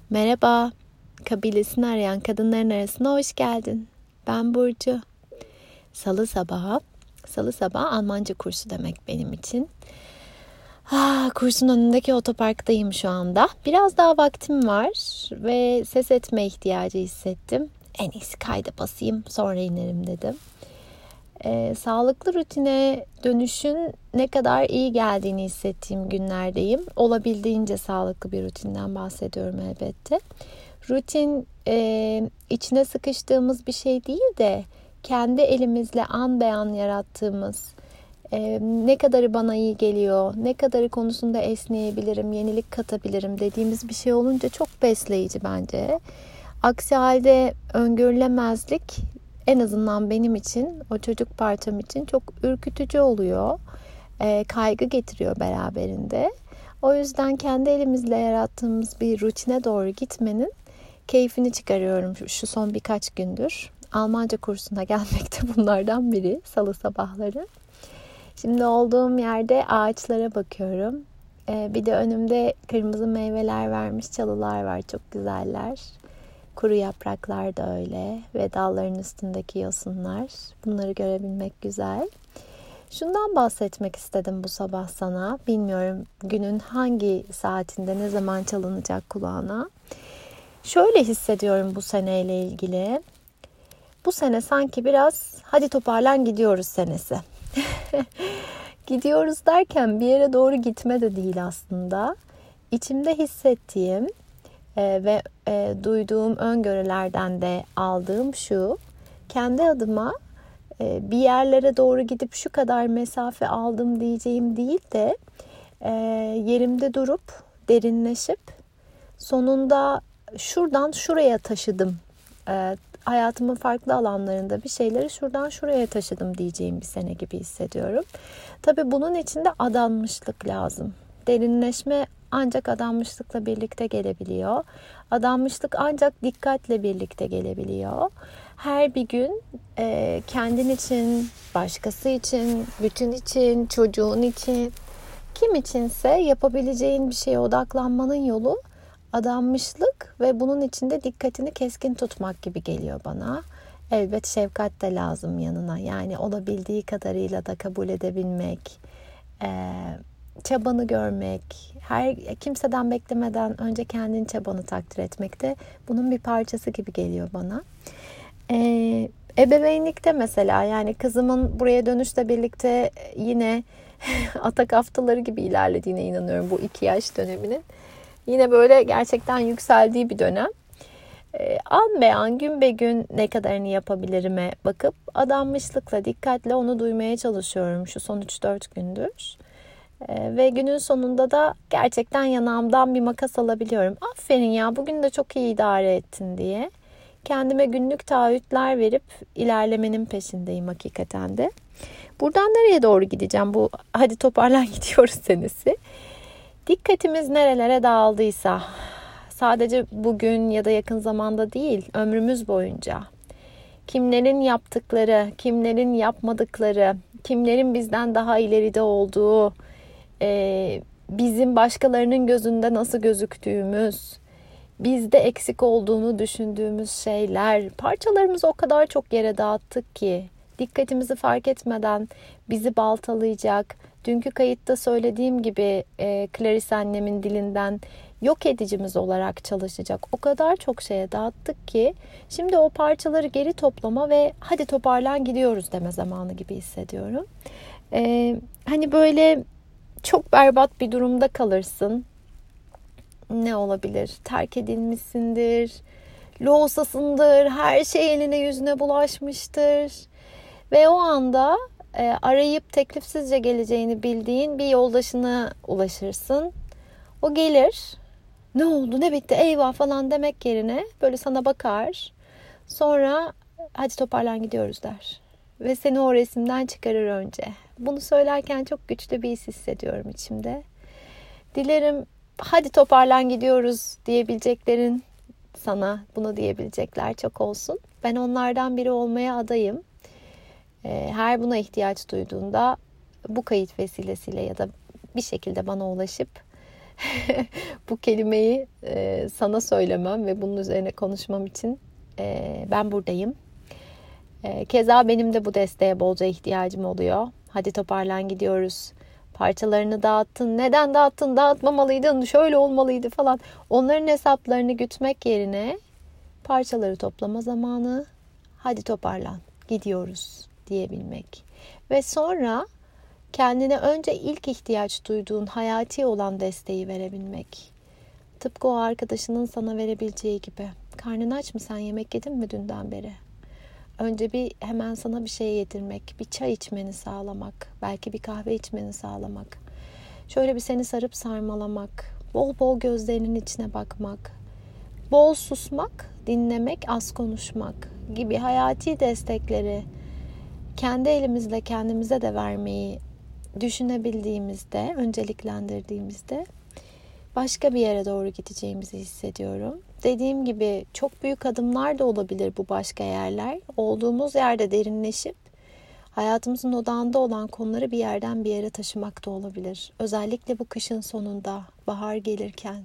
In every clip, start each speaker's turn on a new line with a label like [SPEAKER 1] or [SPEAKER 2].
[SPEAKER 1] Merhaba, kabilesini arayan kadınların arasına hoş geldin. Ben Burcu. Salı sabahı Almanca kursu demek benim için. Kursun önündeki otoparktayım şu anda. Biraz daha vaktim var ve ses etme ihtiyacı hissettim. En iyisi kayda basayım, sonra inerim dedim. Sağlıklı rutine dönüşün ne kadar iyi geldiğini hissettiğim günlerdeyim. Olabildiğince sağlıklı bir rutinden bahsediyorum elbette. Rutin içine sıkıştığımız bir şey değil de kendi elimizle an be an yarattığımız, ne kadarı bana iyi geliyor, ne kadarı konusunda esneyebilirim, yenilik katabilirim dediğimiz bir şey olunca çok besleyici bence. Aksi halde öngörülemezlik en azından benim için, o çocuk parçam için çok ürkütücü oluyor. Kaygı getiriyor beraberinde. O yüzden kendi elimizle yarattığımız bir rutine doğru gitmenin keyfini çıkarıyorum şu son birkaç gündür. Almanca kursuna gelmek de bunlardan biri, salı sabahları. Şimdi olduğum yerde ağaçlara bakıyorum. Bir de önümde kırmızı meyveler vermiş çalılar var, çok güzeller. Kuru yapraklar da öyle ve dalların üstündeki yosunlar. Bunları görebilmek güzel. Şundan bahsetmek istedim bu sabah sana. Bilmiyorum günün hangi saatinde ne zaman çalınacak kulağına. Şöyle hissediyorum bu seneyle ilgili. Bu sene sanki biraz hadi toparlan gidiyoruz senesi. Gidiyoruz derken bir yere doğru gitme de değil aslında. İçimde hissettiğim ve duyduğum öngörülerden de aldığım şu: kendi adıma bir yerlere doğru gidip şu kadar mesafe aldım diyeceğim değil de yerimde durup derinleşip sonunda şuradan şuraya taşıdım. Hayatımın farklı alanlarında bir şeyleri şuradan şuraya taşıdım diyeceğim bir sene gibi hissediyorum. Tabii bunun için de adanmışlık lazım. Derinleşme ancak adanmışlıkla birlikte gelebiliyor. Adanmışlık ancak dikkatle birlikte gelebiliyor. Her bir gün kendin için, başkası için, bütün için, çocuğun için, kim içinse yapabileceğin bir şeye odaklanmanın yolu adanmışlık ve bunun içinde dikkatini keskin tutmak gibi geliyor bana. Elbet şefkat de lazım yanına. Yani olabildiği kadarıyla da kabul edebilmek, çabanı görmek, kimseden beklemeden önce kendin çabanı takdir etmek de bunun bir parçası gibi geliyor bana. Ebeveynlikte mesela, yani kızımın buraya dönüşle birlikte yine atak haftaları gibi ilerlediğine inanıyorum bu 2 yaş döneminin. Yine böyle gerçekten yükseldiği bir dönem. An be an, gün be gün ne kadarını yapabilirime bakıp adanmışlıkla, dikkatle onu duymaya çalışıyorum şu son 3-4 gündür. Ve günün sonunda da gerçekten yanağımdan bir makas alabiliyorum. Aferin ya, bugün de çok iyi idare ettin diye. Kendime günlük taahhütler verip ilerlemenin peşindeyim hakikaten de. Buradan nereye doğru gideceğim bu hadi toparlan gidiyoruz senesi? Dikkatimiz nerelere dağıldıysa, sadece bugün ya da yakın zamanda değil, ömrümüz boyunca kimlerin yaptıkları, kimlerin yapmadıkları, kimlerin bizden daha ileride olduğu, bizim başkalarının gözünde nasıl gözüktüğümüz, bizde eksik olduğunu düşündüğümüz şeyler, parçalarımızı o kadar çok yere dağıttık ki dikkatimizi fark etmeden bizi baltalayacak, dünkü kayıtta söylediğim gibi Clarice annemin dilinden yok edicimiz olarak çalışacak o kadar çok şeye dağıttık ki şimdi o parçaları geri toplama ve hadi toparlan gidiyoruz deme zamanı gibi hissediyorum. Hani böyle çok berbat bir durumda kalırsın. Ne olabilir? Terk edilmişsindir, loğusasındır, her şey eline yüzüne bulaşmıştır. Ve o anda arayıp teklifsizce geleceğini bildiğin bir yoldaşına ulaşırsın. O gelir, ne oldu, ne bitti, eyvah falan demek yerine böyle sana bakar. Sonra hadi toparlan gidiyoruz der. Ve seni o resimden çıkarır önce. Bunu söylerken çok güçlü bir his hissediyorum içimde. Dilerim hadi toparlan gidiyoruz diyebileceklerin sana bunu diyebilecekler çok olsun. Ben onlardan biri olmaya adayım. Her buna ihtiyaç duyduğunda bu kayıt vesilesiyle ya da bir şekilde bana ulaşıp bu kelimeyi sana söylemem ve bunun üzerine konuşmam için ben buradayım. Keza benim de bu desteğe bolca ihtiyacım oluyor. Hadi toparlan, gidiyoruz. Parçalarını dağıttın. Neden dağıttın? Dağıtmamalıydın. Şöyle olmalıydı falan. Onların hesaplarını gütmek yerine parçaları toplama zamanı. Hadi toparlan, gidiyoruz diyebilmek. Ve sonra kendine önce ilk ihtiyaç duyduğun hayati olan desteği verebilmek. Tıpkı o arkadaşının sana verebileceği gibi. Karnın aç mı, sen yemek yedin mi dünden beri? Önce bir hemen sana bir şey yedirmek, bir çay içmeni sağlamak, belki bir kahve içmeni sağlamak. Şöyle bir seni sarıp sarmalamak, bol bol gözlerinin içine bakmak, bol susmak, dinlemek, az konuşmak gibi hayati destekleri kendi elimizle kendimize de vermeyi düşünebildiğimizde, önceliklendirdiğimizde başka bir yere doğru gideceğimizi hissediyorum. Dediğim gibi çok büyük adımlar da olabilir bu başka yerler. Olduğumuz yerde derinleşip hayatımızın odağında olan konuları bir yerden bir yere taşımak da olabilir. Özellikle bu kışın sonunda, bahar gelirken.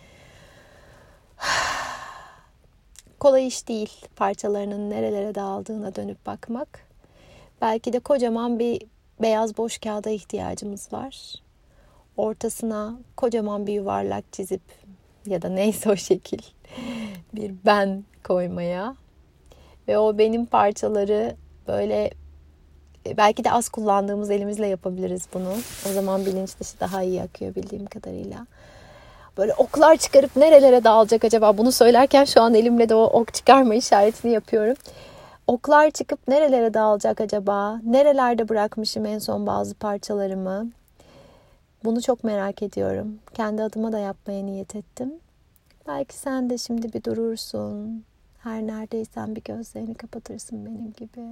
[SPEAKER 1] Kolay iş değil parçalarının nerelere dağıldığına dönüp bakmak. Belki de kocaman bir beyaz boş kağıda ihtiyacımız var. Ortasına kocaman bir yuvarlak çizip ya da neyse o şekil bir ben koymaya ve o benim parçaları böyle belki de az kullandığımız elimizle yapabiliriz bunu. O zaman bilinç dışı daha iyi akıyor bildiğim kadarıyla. Böyle oklar çıkarıp nerelere dağılacak acaba? Bunu söylerken şu an elimle de o ok çıkarma işaretini yapıyorum. Oklar çıkıp nerelere dağılacak acaba? Nerelerde bırakmışım en son bazı parçalarımı? Bunu çok merak ediyorum. Kendi adıma da yapmaya niyet ettim. Belki sen de şimdi bir durursun. Her neredeysen bir gözlerini kapatırsın benim gibi.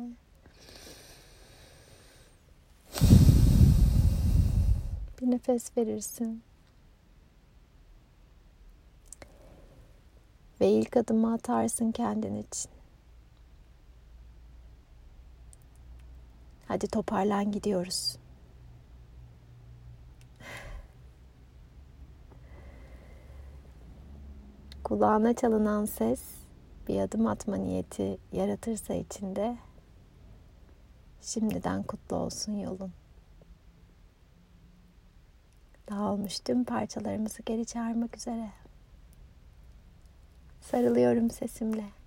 [SPEAKER 1] Bir nefes verirsin. Ve ilk adımı atarsın kendin için. Hadi toparlan, gidiyoruz. Kulağına çalınan ses bir adım atma niyeti yaratırsa içinde, şimdiden kutlu olsun yolun. Dağılmış tüm parçalarımızı geri çağırmak üzere. Sarılıyorum sesimle.